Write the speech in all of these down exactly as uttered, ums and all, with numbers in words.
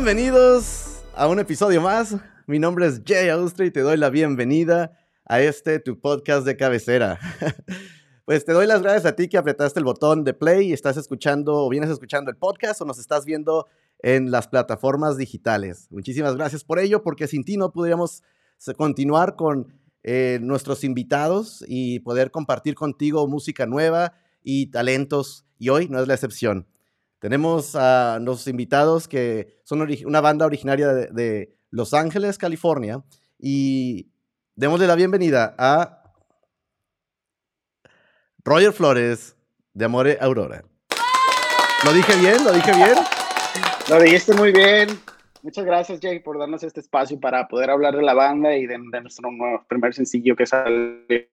Bienvenidos a un episodio más. Mi nombre es Jay Austria y te doy la bienvenida a este tu podcast de cabecera. Pues te doy las gracias a ti que apretaste el botón de play y estás escuchando o vienes escuchando el podcast o nos estás viendo en las plataformas digitales. Muchísimas gracias por ello, porque sin ti no podríamos continuar con eh, nuestros invitados y poder compartir contigo música nueva y talentos, y hoy no es la excepción. Tenemos a los invitados que son una banda originaria de, de Los Ángeles, California, y démosle la bienvenida a Roger Flores, de Amore Aurora. ¿Lo dije bien? ¿Lo dije bien? Lo dijiste muy bien. Muchas gracias, Jay, por darnos este espacio para poder hablar de la banda y de, de nuestro nuevo primer sencillo que sale.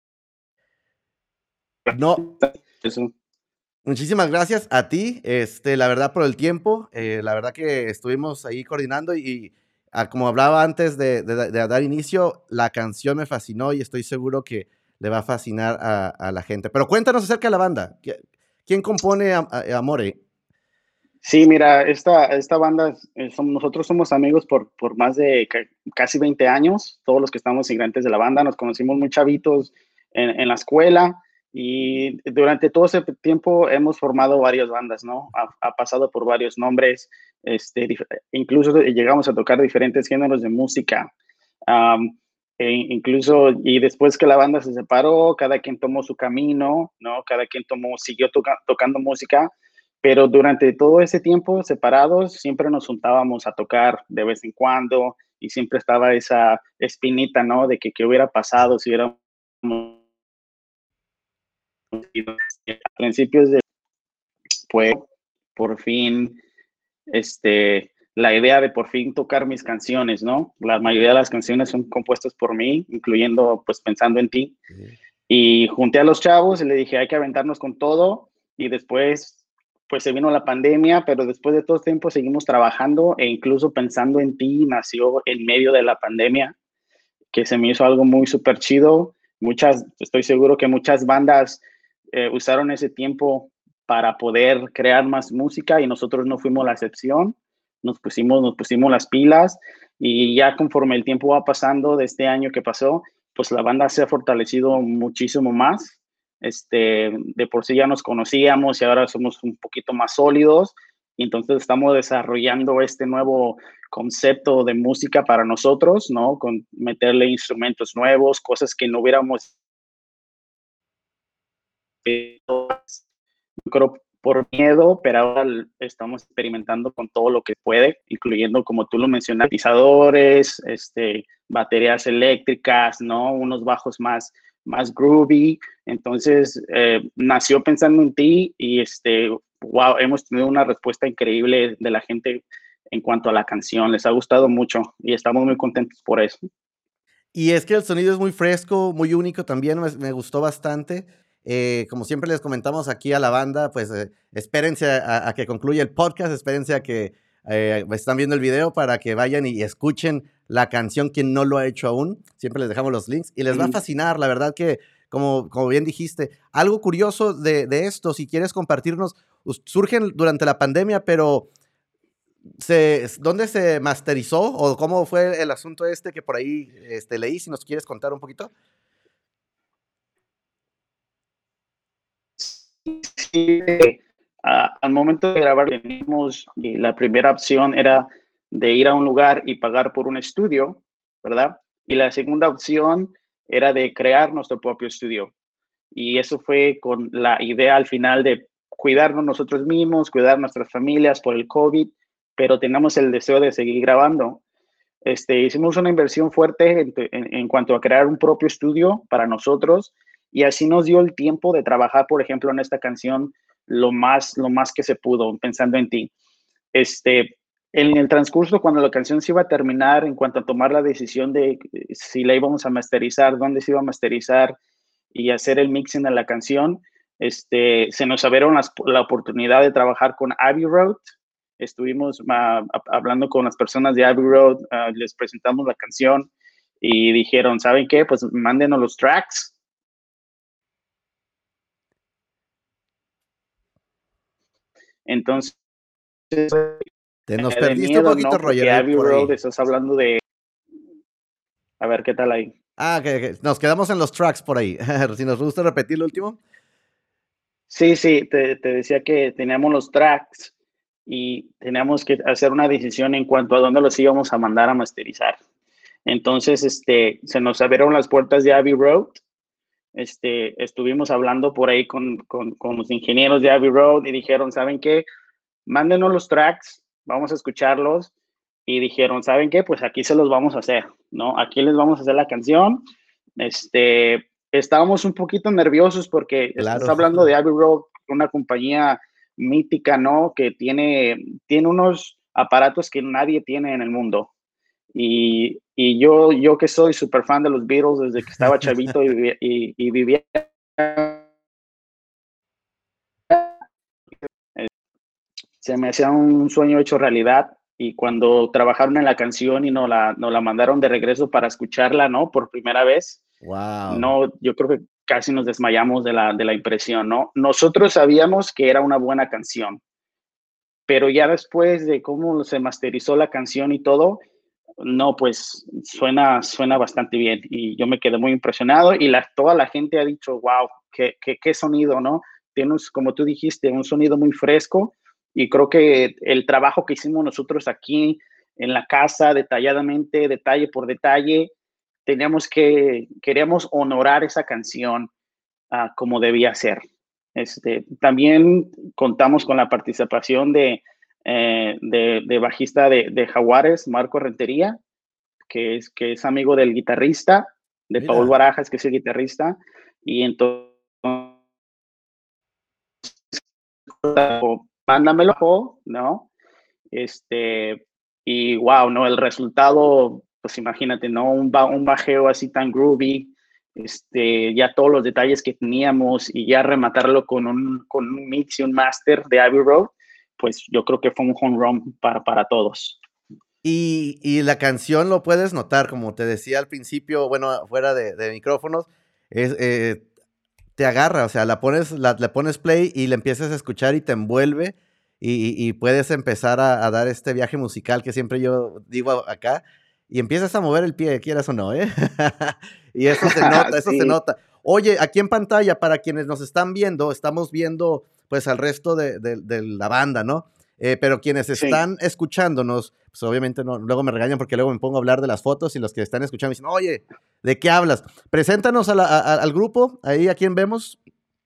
No. Eso. Muchísimas gracias a ti, este, la verdad, por el tiempo. Eh, la verdad que estuvimos ahí coordinando y, y a, como hablaba antes de, de, de dar inicio, la canción me fascinó y estoy seguro que le va a fascinar a, a la gente. Pero cuéntanos acerca de la banda. ¿Quién compone a, a, Amore? Sí, mira, esta, esta banda, eh, somos, nosotros somos amigos por, por más de ca- casi veinte años. Todos los que estamos integrantes de la banda nos conocimos muy chavitos en, en la escuela. Y durante todo ese tiempo hemos formado varias bandas, ¿no? Ha, ha pasado por varios nombres, este, incluso llegamos a tocar diferentes géneros de música. Um, e incluso, y después que la banda se separó, cada quien tomó su camino, ¿no? Cada quien tomó, siguió toca, tocando música, pero durante todo ese tiempo separados, siempre nos juntábamos a tocar de vez en cuando y siempre estaba esa espinita, ¿no? De que qué hubiera pasado si hubiéramos a principios de pues por fin este la idea de por fin tocar mis canciones, ¿no? La mayoría de las canciones son compuestas por mí, incluyendo pues Pensando en ti. Sí. Y junté a los chavos y le dije, hay que aventarnos con todo. Y después pues se vino la pandemia, pero después de todo este tiempo seguimos trabajando e incluso Pensando en ti nació en medio de la pandemia, que se me hizo algo muy súper chido. Muchas, estoy seguro que muchas bandas eh, usaron ese tiempo para poder crear más música y nosotros no fuimos la excepción. Nos pusimos, nos pusimos las pilas y ya conforme el tiempo va pasando de este año que pasó, pues la banda se ha fortalecido muchísimo más. Este, de por sí ya nos conocíamos y ahora somos un poquito más sólidos y entonces estamos desarrollando este nuevo concepto de música para nosotros, ¿no? Con meterle instrumentos nuevos, cosas que no hubiéramos yo creo por miedo, pero ahora estamos experimentando con todo lo que puede, incluyendo, como tú lo mencionas, sintetizadores, este, baterías eléctricas, ¿no? Unos bajos más, más groovy. Entonces, eh, nació Pensando en ti y, este, wow, hemos tenido una respuesta increíble de la gente en cuanto a la canción. Les ha gustado mucho y estamos muy contentos por eso. Y es que el sonido es muy fresco, muy único también, me, me gustó bastante. Eh, como siempre les comentamos aquí a la banda, pues eh, espérense a, a, que concluya el podcast, espérense a que eh, están viendo el video para que vayan y escuchen la canción quien no lo ha hecho aún. Siempre les dejamos los links y les va a fascinar, la verdad que, como, como bien dijiste, algo curioso de, de esto, si quieres compartirnos, surgen durante la pandemia, pero Se, ¿dónde se masterizó o cómo fue el asunto este que por ahí este, leí? Si nos quieres contar un poquito. Sí, uh, al momento de grabar teníamos, y la primera opción era de ir a un lugar y pagar por un estudio, ¿verdad? Y la segunda opción era de crear nuestro propio estudio. Y eso fue con la idea al final de cuidarnos nosotros mismos, cuidar nuestras familias por el COVID, pero tenemos el deseo de seguir grabando. Este, hicimos una inversión fuerte en, en, en cuanto a crear un propio estudio para nosotros y así nos dio el tiempo de trabajar, por ejemplo, en esta canción lo más, lo más que se pudo, Pensando en ti. Este, en el transcurso, cuando la canción se iba a terminar, en cuanto a tomar la decisión de si la íbamos a masterizar, dónde se iba a masterizar y hacer el mixing de la canción, este, se nos abrieron las, la oportunidad de trabajar con Abbey Road. Estuvimos uh, hablando con las personas de Abbey Road, uh, les presentamos la canción y dijeron, ¿saben qué? Pues mándenos los tracks. Entonces, Te nos de perdiste un miedo, poquito, ¿no? Roger, Porque ahí Abbey por Road, ahí. estás hablando de... A ver, ¿qué tal ahí? Ah, que, que nos quedamos en los tracks por ahí. Si nos gusta repetir lo último. Sí, sí, te, te decía que teníamos los tracks y teníamos que hacer una decisión en cuanto a dónde los íbamos a mandar a masterizar. Entonces, este, se nos abrieron las puertas de Abbey Road. Este, estuvimos hablando por ahí con, con, con los ingenieros de Abbey Road y dijeron, ¿saben qué? Mándenos los tracks, vamos a escucharlos. Y dijeron, ¿saben qué? Pues aquí se los vamos a hacer, ¿no? Aquí les vamos a hacer la canción. Este, estábamos un poquito nerviosos porque estás Claro. hablando de Abbey Road, una compañía mítica, ¿no? Que tiene, tiene unos aparatos que nadie tiene en el mundo. Y, y yo, yo que soy súper fan de los Beatles desde que estaba chavito y, y, y vivía, se me hacía un sueño hecho realidad. Y cuando trabajaron en la canción y nos la, nos la mandaron de regreso para escucharla, ¿no? Por primera vez, Wow. no, yo creo que casi nos desmayamos de la, de la impresión, ¿no? Nosotros sabíamos que era una buena canción, pero ya después de cómo se masterizó la canción y todo, no, pues suena, suena bastante bien y yo me quedé muy impresionado y la, toda la gente ha dicho, wow, qué, qué, qué sonido, ¿no? Tienes, como tú dijiste, un sonido muy fresco y creo que el trabajo que hicimos nosotros aquí en la casa, detalladamente, detalle por detalle, teníamos que, queríamos honorar esa canción uh, como debía ser. Este, también contamos con la participación de, eh, de, de bajista de, de Jaguares, Marco Rentería, que es, que es amigo del guitarrista, de Paul Mira. Barajas, que es el guitarrista, y entonces, mándamelo, ¿no? Este, y wow, ¿no? El resultado, pues imagínate, ¿no? Un, ba un bajeo así tan groovy, este, ya todos los detalles que teníamos y ya rematarlo con un, con un mix y un master de Abbey Road, pues yo creo que fue un home run para, para todos. Y, y la canción lo puedes notar, como te decía al principio, bueno, fuera de, de micrófonos, es, eh, te agarra, o sea, la pones, la, le pones play y le empiezas a escuchar y te envuelve y, y, y puedes empezar a, a, dar este viaje musical que siempre yo digo acá y empiezas a mover el pie, quieras o no, ¿eh? Y eso se nota, eso se Sí. nota. Oye, aquí en pantalla, para quienes nos están viendo, estamos viendo pues al resto de, de, de la banda, ¿no? Eh, pero quienes Sí. están escuchándonos, pues obviamente no, luego me regañan porque luego me pongo a hablar de las fotos y los que están escuchando me dicen, oye, ¿de qué hablas? Preséntanos a la, a, al grupo, ahí a quién vemos.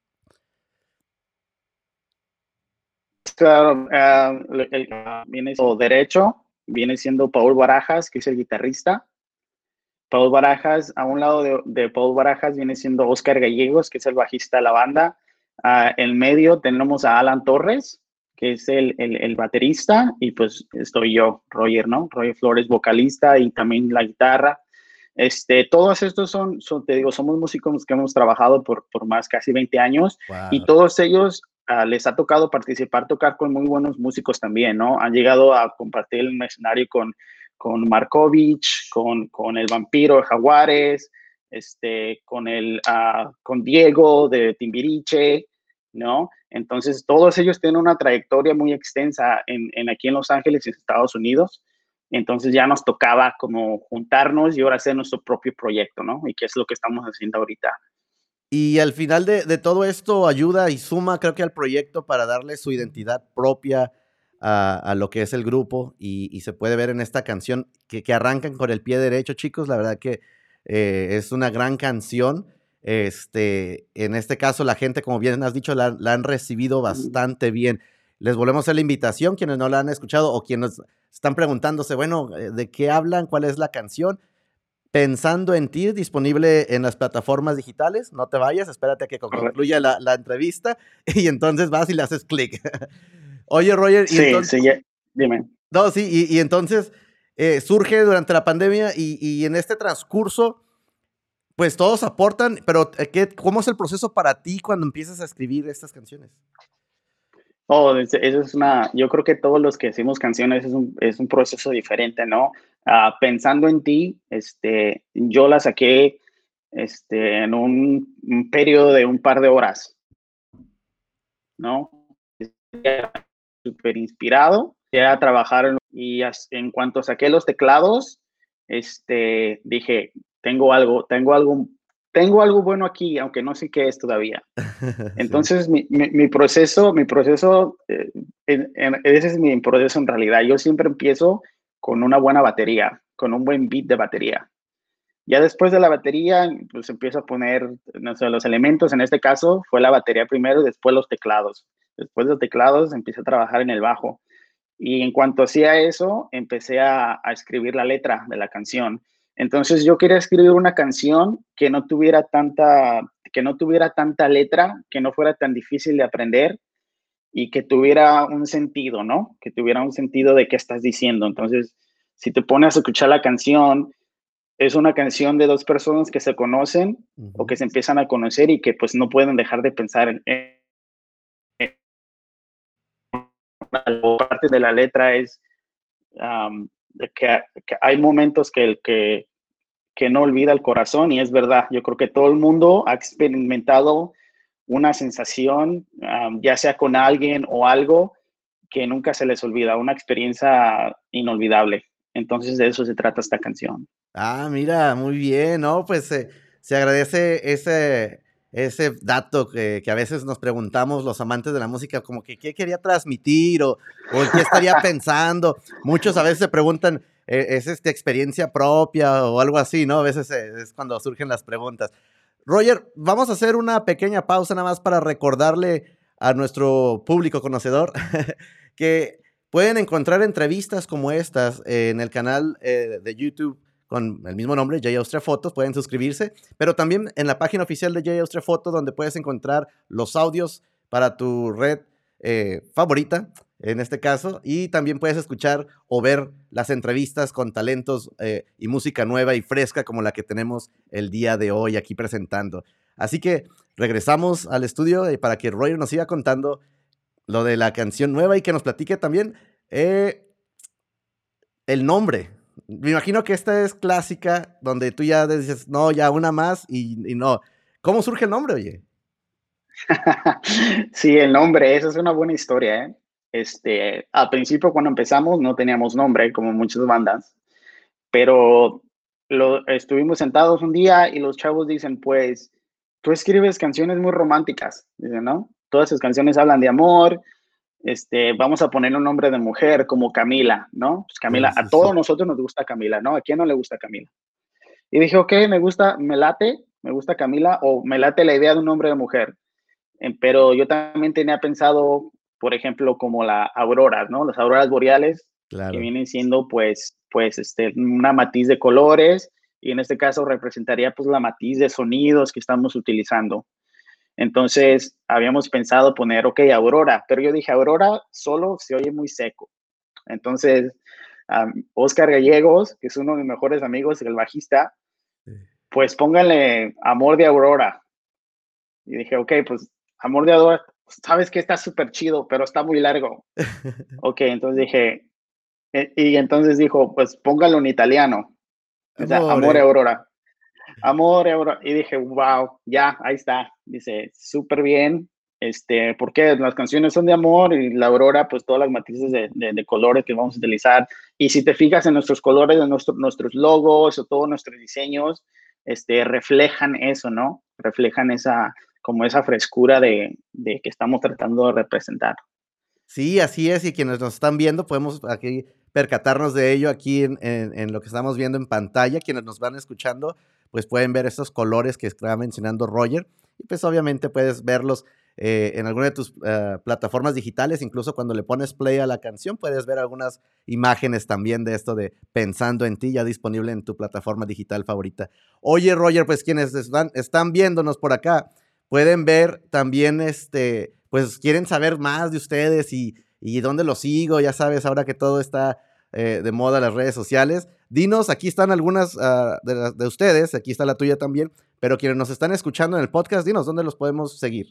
Claro, uh, el, el, viene siendo derecho, viene siendo Paul Barajas, que es el guitarrista. Paul Barajas, a un lado de, de Paul Barajas viene siendo Oscar Gallegos, que es el bajista de la banda. Uh, en medio tenemos a Alan Torres, que es el, el, el baterista, y pues estoy yo, Roger, ¿no? Roger Flores, vocalista y también la guitarra. Este, todos estos son, son, te digo, somos músicos que hemos trabajado por, por más casi veinte años y Wow. todos ellos uh, les ha tocado participar, tocar con muy buenos músicos también, ¿no? Han llegado a compartir el escenario con, con Markovich, con, con el Vampiro de Jaguares, este, con, el, uh, con Diego de Timbiriche, ¿no? Entonces, todos ellos tienen una trayectoria muy extensa en, en aquí en Los Ángeles y en Estados Unidos. Entonces ya nos tocaba como juntarnos y ahora hacer nuestro propio proyecto, ¿no? Y qué es lo que estamos haciendo ahorita. Y al final de, de todo esto ayuda y suma, creo que al proyecto para darle su identidad propia a, a lo que es el grupo y, y, se puede ver en esta canción que, que arrancan con el pie derecho, chicos. La verdad que eh, es una gran canción. Este, en este caso, la gente, como bien has dicho, la, la han recibido bastante bien. Les volvemos a hacer la invitación, quienes no la han escuchado o quienes están preguntándose, bueno, ¿de qué hablan? ¿Cuál es la canción? Pensando en ti, disponible en las plataformas digitales. No te vayas, espérate a que concluya la, la entrevista y entonces vas y le haces clic. Oye, Roger, y Sí, entonces. sí, ya, dime. No, sí, y, y entonces eh, surge durante la pandemia y, y, en este transcurso, pues todos aportan, pero ¿qué, ¿cómo es el proceso para ti cuando empiezas a escribir estas canciones? Oh, eso es una, yo creo que todos los que hacemos canciones es un, es un proceso diferente, ¿no? Uh, pensando en ti, este, yo la saqué este, en un, un periodo de un par de horas, ¿no? Súper inspirado, a trabajar y en cuanto saqué los teclados, este, dije, tengo algo, tengo algo, tengo algo bueno aquí, aunque no sé qué es todavía. Entonces, sí. mi, mi, mi, proceso, mi proceso, eh, en, en, ese es mi proceso en realidad. Yo siempre empiezo con una buena batería, con un buen beat de batería. Ya después de la batería, pues empiezo a poner, no sé, los elementos. En este caso, fue la batería primero, después los teclados. Después de los teclados, empecé a trabajar en el bajo. Y en cuanto hacía eso, empecé a, a escribir la letra de la canción. Entonces yo quería escribir una canción que no tuviera tanta, que no tuviera tanta letra, que no fuera tan difícil de aprender y que tuviera un sentido, ¿no? Que tuviera un sentido de qué estás diciendo. Entonces, si te pones a escuchar la canción, es una canción de dos personas que se conocen uh-huh. o que se empiezan a conocer y que pues no pueden dejar de pensar en, en parte de la letra es um, que, que hay momentos que, que, que no olvida el corazón y es verdad, yo creo que todo el mundo ha experimentado una sensación, um, ya sea con alguien o algo que nunca se les olvida, una experiencia inolvidable. Entonces de eso se trata esta canción. Ah, mira, muy bien, ¿no? Pues eh, se agradece ese, ese dato que, que a veces nos preguntamos los amantes de la música, como que qué quería transmitir o, o en qué estaría pensando. Muchos a veces se preguntan, eh, ¿es esta experiencia propia o algo así, no? A veces eh, es cuando surgen las preguntas. Roger, vamos a hacer una pequeña pausa nada más para recordarle a nuestro público conocedor que pueden encontrar entrevistas como estas en el canal eh, de YouTube con el mismo nombre, Jay Austria Fotos, pueden suscribirse, pero también en la página oficial de Jay Austria Fotos, donde puedes encontrar los audios para tu red eh, favorita, en este caso, y también puedes escuchar o ver las entrevistas con talentos eh, y música nueva y fresca como la que tenemos el día de hoy aquí presentando. Así que regresamos al estudio para que Roger nos siga contando lo de la canción nueva y que nos platique también eh, el nombre. Me imagino que esta es clásica, donde tú ya dices, no, ya una más y, y no. ¿Cómo surge el nombre, oye? Sí, el nombre, esa es una buena historia, ¿eh? Este, al principio cuando empezamos no teníamos nombre, como muchas bandas, pero lo, estuvimos sentados un día y los chavos dicen, pues, tú escribes canciones muy románticas, dicen, ¿no? Todas esas canciones hablan de amor, este, vamos a poner un nombre de mujer como Camila, ¿no? Pues Camila, Sí, sí, a todos sí. nosotros nos gusta Camila, ¿no? ¿A quién no le gusta Camila? Y dije, ok, me gusta, me late, me gusta Camila, o me late la idea de un nombre de mujer. Pero yo también tenía pensado, por ejemplo, como la aurora, ¿no? Las auroras boreales, claro, que vienen siendo, pues, pues, este, una matiz de colores, y en este caso representaría, pues, la matiz de sonidos que estamos utilizando. Entonces, habíamos pensado poner, ok, aurora, pero yo dije, aurora solo se oye muy seco. Entonces, um, Oscar Gallegos, que es uno de mis mejores amigos, el bajista, pues pónganle amor de aurora. Y dije, ok, pues amor de aurora, sabes que está súper chido, pero está muy largo. Ok, entonces dije, eh, y entonces dijo, pues póngalo en italiano. O sea, amor aurora. Amor aurora. Y dije, wow, ya, ahí está. Dice, súper bien. Este, porque las canciones son de amor y la aurora, pues todas las matices de, de, de colores que vamos a utilizar. Y si te fijas en nuestros colores, en nuestro, nuestros logos o todos nuestros diseños, este, reflejan eso, ¿no? Reflejan esa, como esa frescura de, de que estamos tratando de representar. Sí, así es, y quienes nos están viendo podemos aquí percatarnos de ello aquí en, en, en lo que estamos viendo en pantalla. Quienes nos van escuchando, pues pueden ver estos colores que estaba mencionando Roger, y pues obviamente puedes verlos eh, en alguna de tus uh, plataformas digitales. Incluso cuando le pones play a la canción puedes ver algunas imágenes también de esto de Pensando en Ti, ya disponible en tu plataforma digital favorita. Oye, Roger, pues quienes están, están viéndonos por acá pueden ver también, este, pues quieren saber más de ustedes y, y dónde los sigo, ya sabes, ahora que todo está eh, de moda las redes sociales. Dinos, aquí están algunas uh, de, de ustedes, aquí está la tuya también, pero quienes nos están escuchando en el podcast, dinos, ¿dónde los podemos seguir?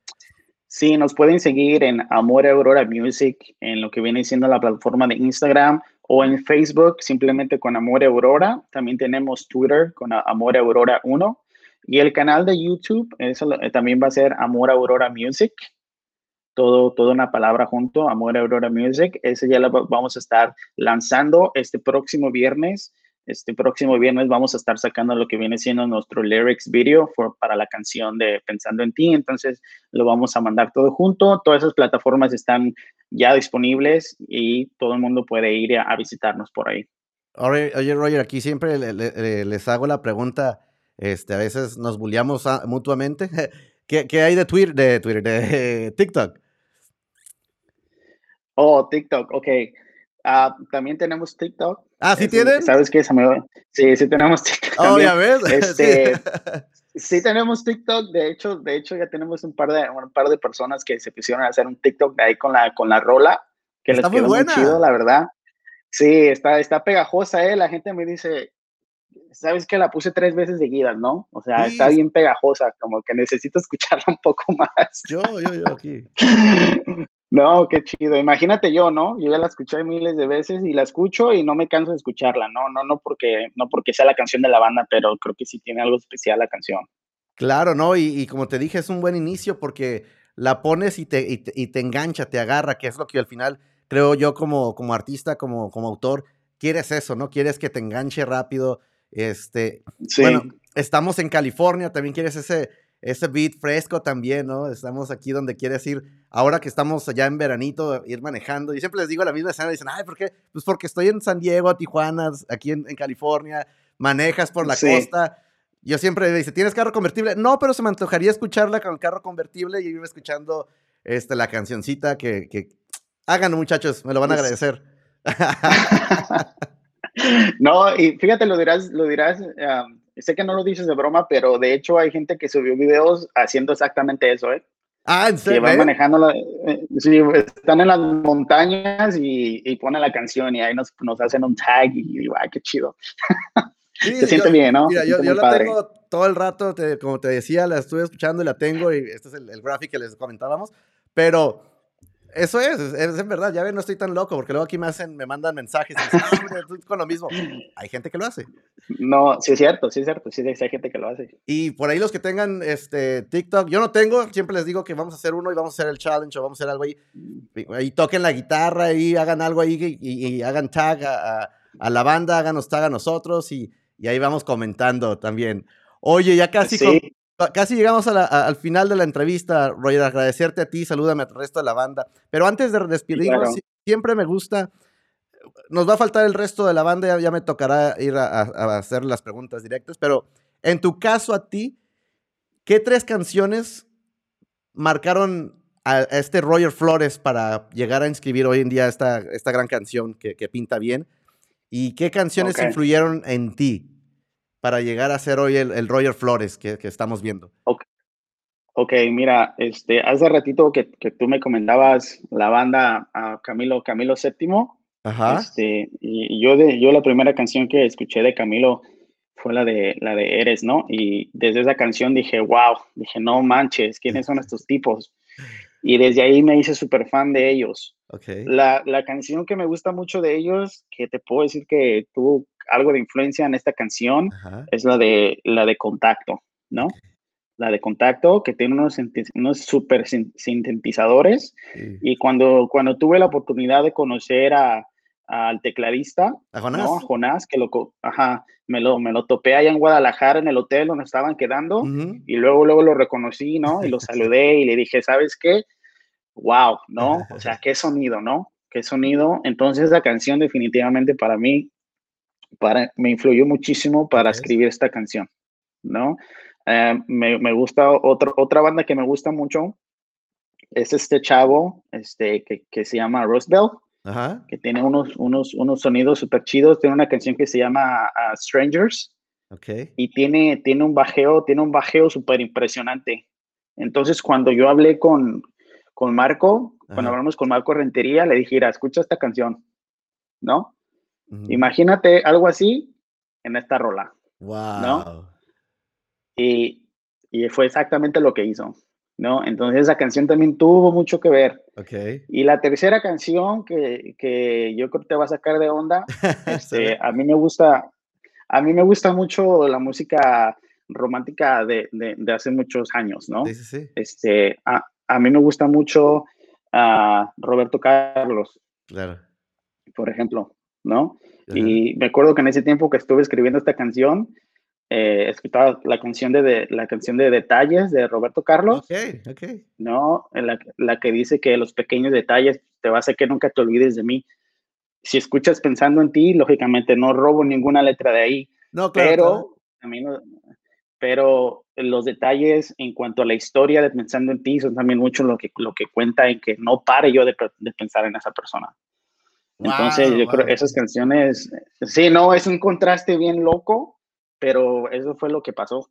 Sí, nos pueden seguir en Amor Aurora Music, en lo que viene siendo la plataforma de Instagram, o en Facebook, simplemente con Amor Aurora. También tenemos Twitter con Amor Aurora uno. Y el canal de YouTube, eso también va a ser Amor Aurora Music. todo, toda una palabra junto, Amor Aurora Music. Ese ya lo vamos a estar lanzando este próximo viernes. Este próximo viernes vamos a estar sacando lo que viene siendo nuestro lyrics video for, para la canción de Pensando en Ti. Entonces lo vamos a mandar todo junto. Todas esas plataformas están ya disponibles y todo el mundo puede ir a, a visitarnos por ahí. Oye, oye, Roger, aquí siempre le, le, les hago la pregunta, este, a veces nos bulleamos a, mutuamente. ¿Qué, ¿Qué hay de Twitter, de Twitter, de TikTok? Oh, TikTok, ok. Uh, también tenemos TikTok. Ah, ¿sí tienen? ¿Sabes qué? Sí, sí tenemos TikTok oh, también. ¿ya ves? Este, sí. sí tenemos TikTok. De hecho, de hecho ya tenemos un par de un par de personas que se pusieron a hacer un TikTok de ahí con la con la rola, que está les quedó muy, muy chido, la verdad. Sí, está, está pegajosa, ¿eh? La gente me dice, ¿sabes que la puse tres veces seguidas, no? O sea, sí. Está bien pegajosa, como que necesito escucharla un poco más. Yo, yo, yo aquí. No, qué chido. Imagínate yo, ¿no? Yo ya la escuché miles de veces y la escucho y no me canso de escucharla, ¿no? No, no porque, no porque sea la canción de la banda, pero creo que sí tiene algo especial la canción. Claro, ¿no? Y, y como te dije, es un buen inicio porque la pones y te, y te, y te engancha, te agarra, que es lo que al final creo yo como, como artista, como, como autor, quieres eso, ¿no? Quieres que te enganche rápido. Este, sí. Bueno, estamos en California, también quieres ese, ese beat fresco también, ¿no? Estamos aquí donde quieres ir. Ahora que estamos allá en veranito, ir manejando. Y siempre les digo la misma escena, dicen, ay, ¿por qué? Pues porque estoy en San Diego, Tijuana, aquí en, en California, manejas por la sí. costa. Yo siempre dice, ¿tienes carro convertible? No, pero se me antojaría escucharla con el carro convertible y ir escuchando este, la cancioncita que, que... Háganlo, muchachos, me lo van a agradecer. No, y fíjate, lo dirás, lo dirás, um, sé que no lo dices de broma, pero de hecho hay gente que subió videos haciendo exactamente eso, ¿eh? Ah, ¿en serio? Que van manejando, la, eh, sí, están en las montañas y, y ponen la canción y ahí nos, nos hacen un tag y digo, ay, qué chido. Sí, se siente yo, bien, ¿no? Mira, yo, yo la padre. tengo todo el rato, te, como te decía, la estuve escuchando y la tengo, y este es el, el graphic que les comentábamos, pero eso es, es, es en verdad, ya ven, no estoy tan loco, porque luego aquí me hacen, me mandan mensajes, y dicen, ah, hombre, tú con lo mismo. Hay gente que lo hace. No, sí es cierto, sí es cierto, sí hay gente que lo hace. Y por ahí los que tengan este TikTok, yo no tengo, siempre les digo que vamos a hacer uno y vamos a hacer el challenge o vamos a hacer algo ahí, y toquen la guitarra y hagan algo ahí y, y, y hagan tag a, a, a la banda, háganos tag a nosotros y Y ahí vamos comentando también. Oye, ya casi, sí. con, casi llegamos a la, a, al final de la entrevista, Roger. Agradecerte a ti, salúdame al resto de la banda. Pero antes de despedirnos, claro. siempre me gusta, nos va a faltar el resto de la banda, ya, ya me tocará ir a, a, a hacer las preguntas directas, pero en tu caso a ti, ¿qué tres canciones marcaron a, a este Roger Flores para llegar a inscribir hoy en día esta, esta gran canción que, que pinta bien? ¿Y qué canciones okay. influyeron en ti para llegar a ser hoy el, el Roger Flores que, que estamos viendo? Okay. ok, mira, este, hace ratito que, que tú me comentabas la banda uh, Camilo, Camilo séptimo. Ajá. Este, y yo, de, yo la primera canción que escuché de Camilo fue la de, la de Eres, ¿no? Y desde esa canción dije, wow, dije, no manches, ¿quiénes son estos tipos? Y desde ahí me hice súper fan de ellos. Okay. La, la canción que me gusta mucho de ellos, que te puedo decir que tuvo algo de influencia en esta canción, Ajá. es la de, la de Contacto, ¿no? Okay. La de Contacto, que tiene unos, unos super sintetizadores. Sí. Y cuando, cuando tuve la oportunidad de conocer a, al tecladista, ¿A Jonás? ¿no? A Jonás, que lo, ajá, me, lo, me lo topé allá en Guadalajara en el hotel donde estaban quedando. Uh-huh. Y luego, luego lo reconocí, ¿no? Y lo saludé y le dije, ¿sabes qué? Wow, ¿no? O sea, qué sonido, ¿no? Qué sonido. Entonces, la canción definitivamente para mí, para, me influyó muchísimo para okay. escribir esta canción, ¿no? Uh, me, me gusta otro, otra banda que me gusta mucho, es este chavo este, que, que se llama Rust Bell, Ajá. que tiene unos, unos, unos sonidos súper chidos, tiene una canción que se llama uh, Strangers, okay. y tiene, tiene un bajeo, tiene un bajeo súper impresionante. Entonces, cuando yo hablé con, con Marco, Ajá. cuando hablamos con Marco Rentería, le dije, mira, escucha esta canción, ¿no? Uh-huh. Imagínate algo así en esta rola, wow. ¿no? Y, y fue exactamente lo que hizo, ¿no? Entonces esa canción también tuvo mucho que ver. Okay. Y la tercera canción que, que yo creo que te va a sacar de onda, este, a mí me gusta, a mí me gusta mucho la música romántica de, de, de hace muchos años, ¿no? Sí, sí, sí. Este, a, a mí me gusta mucho a Roberto Carlos, Claro. por ejemplo, ¿no? Ajá. Y me acuerdo que en ese tiempo que estuve escribiendo esta canción, eh, escuchaba la canción de, de la canción de Detalles de Roberto Carlos, Ok, ok. ¿no? En la, la que dice que los pequeños detalles te va a hacer que nunca te olvides de mí. Si escuchas pensando en ti, lógicamente no robo ninguna letra de ahí, No, claro, claro. pero también, pero los detalles en cuanto a la historia de pensando en ti son también mucho lo que, lo que cuenta en que no pare yo de, de pensar en esa persona. Entonces, Wow, yo creo wow. que esas canciones, sí, no, es un contraste bien loco, pero eso fue lo que pasó.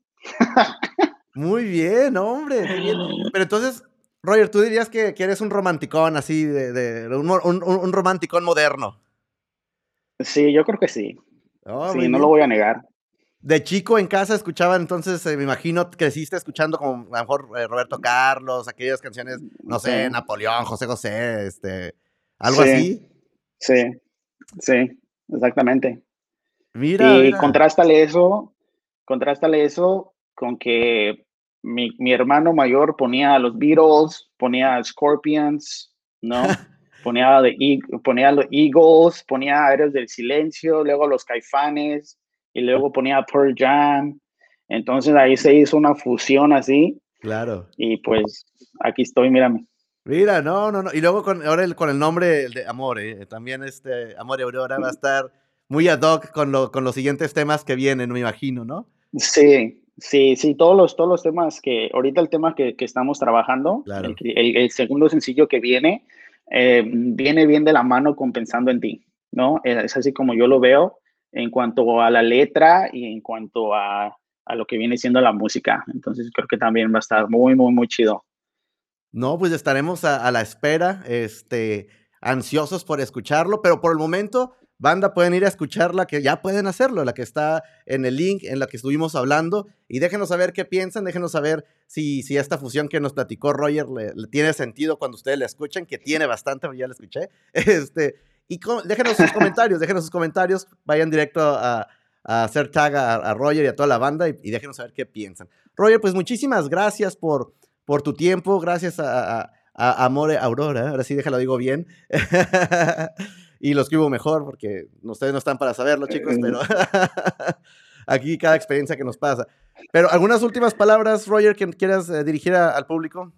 Muy bien, hombre, qué bien. Pero entonces, Roger, tú dirías que, que eres un romanticón así, de, de un, un, un romanticón moderno. Sí, yo creo que sí. Oh, muy Sí, no lo bien. voy a negar. De chico en casa escuchaban, entonces eh, me imagino que creciste escuchando como a lo mejor eh, Roberto Carlos, aquellas canciones, no Sí, sé, Napoleón, José José, este, algo sí, así. sí, sí, exactamente. Mira, Y mira. contrástale eso, contrástale eso con que mi, mi hermano mayor ponía a los Beatles, ponía a Scorpions, ¿no? Ponía, de, ponía a los Eagles, ponía a Héroes del Silencio, luego los Caifanes, y luego ponía a Pearl Jam. Entonces ahí se hizo una fusión así, Claro. y pues aquí estoy, mírame. Mira, no, no, no. Y luego con, ahora el, con el nombre de Amore, eh, también este Amore Aurora va a estar muy ad hoc con, lo, con los siguientes temas que vienen, me imagino, ¿no? Sí, sí, sí, todos los, todos los temas que, ahorita el tema que, que estamos trabajando, el, Claro. el, el segundo sencillo que viene, eh, viene bien de la mano con Pensando en ti, ¿no? Es así como yo lo veo en cuanto a la letra y en cuanto a, a lo que viene siendo la música. Entonces creo que también va a estar muy, muy, muy chido. No, pues estaremos a, a la espera, este, ansiosos por escucharlo, pero por el momento, banda, pueden ir a escucharla, que ya pueden hacerlo, la que está en el link en la que estuvimos hablando, y déjenos saber qué piensan, déjenos saber si, si esta fusión que nos platicó Roger le, le tiene sentido cuando ustedes la escuchen, que tiene bastante, ya la escuché, este, y con, déjenos sus comentarios, déjenos sus comentarios, vayan directo a, a hacer tag a, a Roger y a toda la banda, y, y déjenos saber qué piensan. Roger, pues muchísimas gracias por por tu tiempo, gracias a, a, a Amore Aurora, ahora sí déjalo digo bien, y lo escribo mejor, porque ustedes no están para saberlo, chicos, pero aquí cada experiencia que nos pasa. Pero, ¿algunas últimas palabras, Roger, que quieras eh, dirigir a, al público?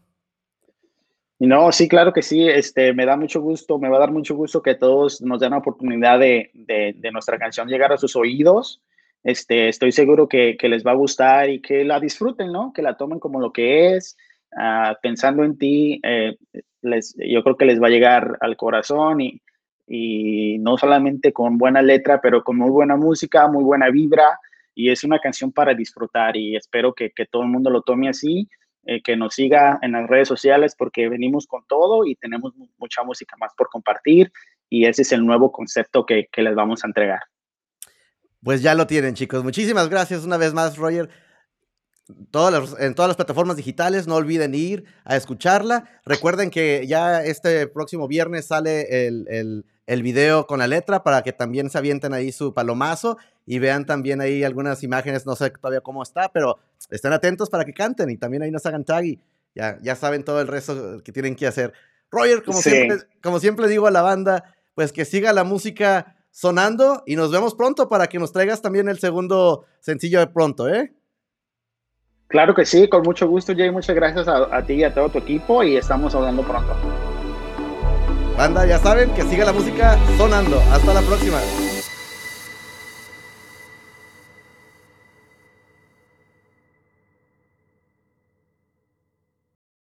No, sí, claro que sí, este, me da mucho gusto, me va a dar mucho gusto que todos nos den la oportunidad de, de, de nuestra canción llegar a sus oídos. Este, estoy seguro que, que les va a gustar y que la disfruten, ¿no? Que la tomen como lo que es, uh, pensando en ti, eh, les, yo creo que les va a llegar al corazón y, y no solamente con buena letra, pero con muy buena música, muy buena vibra, y es una canción para disfrutar y espero que, que todo el mundo lo tome así. Eh, que nos siga en las redes sociales porque venimos con todo y tenemos mucha música más por compartir y ese es el nuevo concepto que, que les vamos a entregar. Pues ya lo tienen, chicos. Muchísimas gracias una vez más, Roger. Todas las, en todas las plataformas digitales, no olviden ir a escucharla. Recuerden que ya este próximo viernes sale el, el, el video con la letra para que también se avienten ahí su palomazo y vean también ahí algunas imágenes, no sé todavía cómo está, pero estén atentos para que canten y también ahí nos hagan tag y ya, ya saben todo el resto que tienen que hacer. Roger, como, sí. siempre, como siempre digo a la banda, pues que siga la música sonando y nos vemos pronto para que nos traigas también el segundo sencillo de pronto, ¿eh? Claro que sí, con mucho gusto, Jay. Muchas gracias a, a ti y a todo tu equipo y estamos hablando pronto. Banda, ya saben, que siga la música sonando. Hasta la próxima.